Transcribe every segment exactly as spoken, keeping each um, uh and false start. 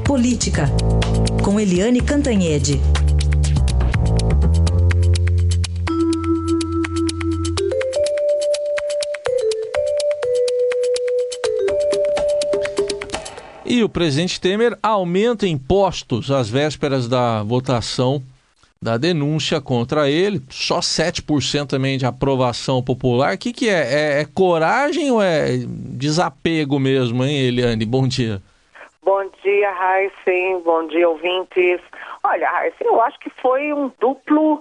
Política, com Eliane Cantanhede. E o presidente Temer aumenta impostos às vésperas da votação da denúncia contra ele. Só sete por cento também de aprovação popular. O que, que é? é? É coragem ou é desapego mesmo, hein, Eliane? Bom dia. Bom dia, Raíssen. Bom dia, ouvintes. Olha, Raíssen, eu acho que foi um duplo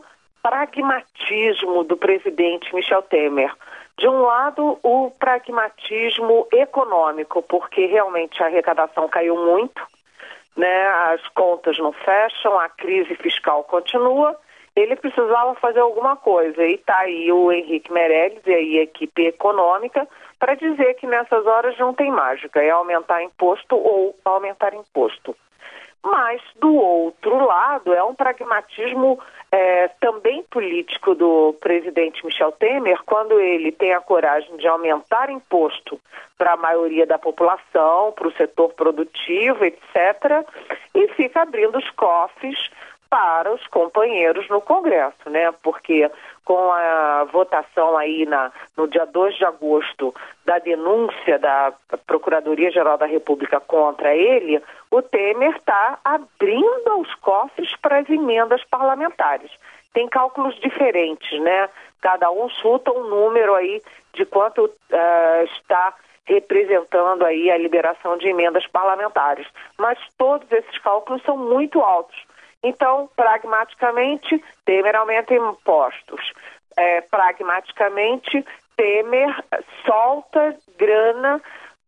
pragmatismo do presidente Michel Temer. De um lado, o pragmatismo econômico, porque realmente a arrecadação caiu muito, né? As contas não fecham, a crise fiscal continua, ele precisava fazer alguma coisa. E está aí o Henrique Meirelles e aí a equipe econômica para dizer que nessas horas não tem mágica, é aumentar imposto ou aumentar imposto. Mas, do outro lado, é um pragmatismo é, também político do presidente Michel Temer, quando ele tem a coragem de aumentar imposto para a maioria da população, para o setor produtivo, etcétera, e fica abrindo os cofres para os companheiros no Congresso, né? Porque com a votação aí na, no dia dois de agosto da denúncia da Procuradoria-Geral da República contra ele, o Temer está abrindo os cofres para as emendas parlamentares. Tem cálculos diferentes, né? Cada um chuta um número aí de quanto uh, está representando aí a liberação de emendas parlamentares. Mas todos esses cálculos são muito altos. Então, pragmaticamente, Temer aumenta impostos. É, pragmaticamente, Temer solta grana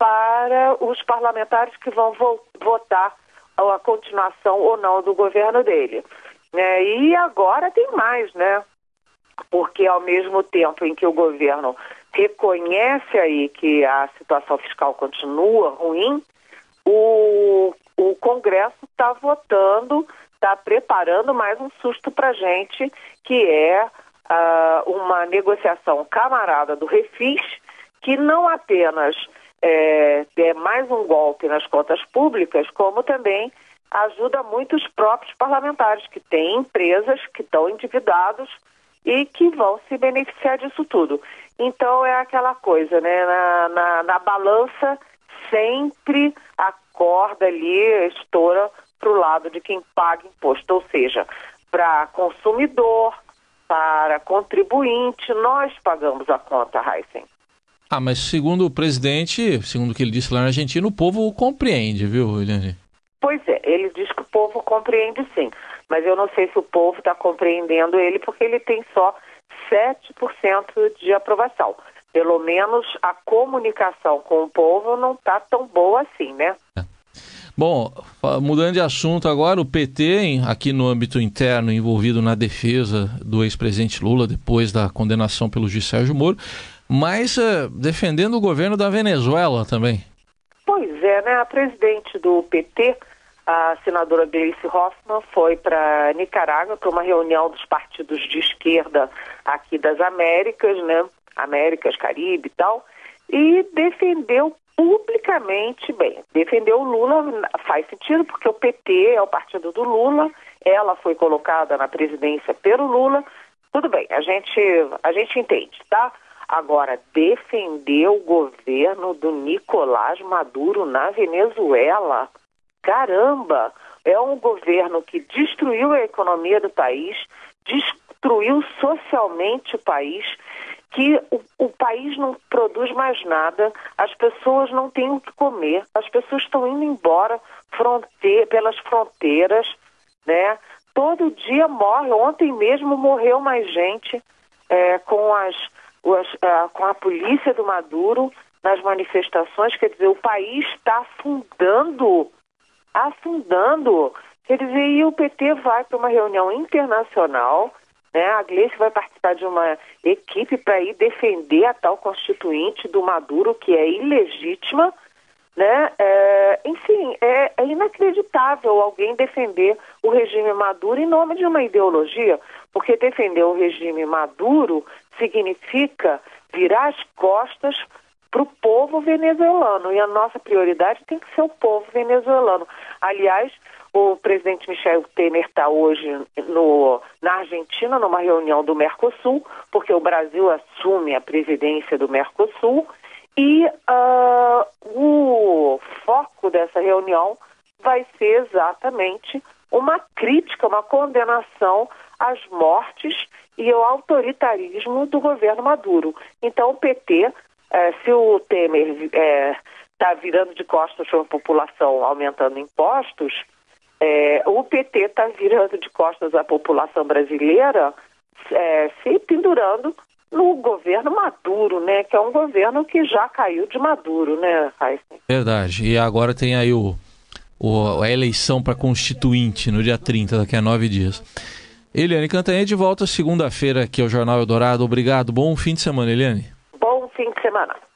para os parlamentares que vão vo- votar a continuação ou não do governo dele. É, e agora tem mais, né? Porque ao mesmo tempo em que o governo reconhece aí que a situação fiscal continua ruim, o, o Congresso está votando, está preparando mais um susto para a gente, que é uh, uma negociação camarada do Refis, que não apenas é, é mais um golpe nas contas públicas, como também ajuda muito os próprios parlamentares, que têm empresas que estão endividados e que vão se beneficiar disso tudo. Então é aquela coisa, né? Na, na, na balança, sempre a corda ali estoura para o lado de quem paga imposto, ou seja, para consumidor, para contribuinte, nós pagamos a conta, Raíssen. Ah, mas segundo o presidente, segundo o que ele disse lá na Argentina, o povo compreende, viu, Eliane? Pois é, ele diz que o povo compreende sim, mas eu não sei se o povo está compreendendo ele, porque ele tem só sete por cento de aprovação. Pelo menos a comunicação com o povo não está tão boa assim, né? É. Bom, mudando de assunto agora, o P T, aqui no âmbito interno, envolvido na defesa do ex-presidente Lula, depois da condenação pelo juiz Sérgio Moro, mas uh, defendendo o governo da Venezuela também. Pois é, né? A presidente do P T, a senadora Gleice Hoffmann, foi para Nicarágua para uma reunião dos partidos de esquerda aqui das Américas, né? Américas, Caribe e tal, e defendeu publicamente, bem, defendeu o Lula, faz sentido, porque o P T é o partido do Lula, ela foi colocada na presidência pelo Lula, tudo bem, a gente, a gente entende, tá? Agora, defender o governo do Nicolás Maduro na Venezuela, caramba, é um governo que destruiu a economia do país, destruiu socialmente o país, que o, o país não produz mais nada, as pessoas não têm o que comer, as pessoas estão indo embora fronte- pelas fronteiras, né? Todo dia morre, ontem mesmo morreu mais gente é, com, as, as, uh, com a polícia do Maduro nas manifestações, quer dizer, o país está afundando, afundando, quer dizer, e o P T vai para uma reunião internacional, né? A Gleice vai participar de uma equipe para ir defender a tal constituinte do Maduro, que é ilegítima, né? É, enfim, é, é inacreditável alguém defender o regime Maduro em nome de uma ideologia, porque defender o regime Maduro significa virar as costas para o povo venezuelano. E a nossa prioridade tem que ser o povo venezuelano. Aliás, o presidente Michel Temer está hoje no, na Argentina, numa reunião do Mercosul, porque o Brasil assume a presidência do Mercosul, e uh, o foco dessa reunião vai ser exatamente uma crítica, uma condenação às mortes e ao autoritarismo do governo Maduro. Então o P T, eh, se o Temer está eh, virando de costas para a população aumentando impostos, eh, o P T está virando de costas à população brasileira, eh, se pendurando no governo Maduro, né? Que é um governo que já caiu de Maduro, né, Raíssa? Verdade. E agora tem aí o, o, a eleição para constituinte no dia trinta, daqui a nove dias. Eliane Cantanhede volta segunda-feira aqui ao Jornal Eldorado. Obrigado. Bom fim de semana, Eliane. Bom fim de semana.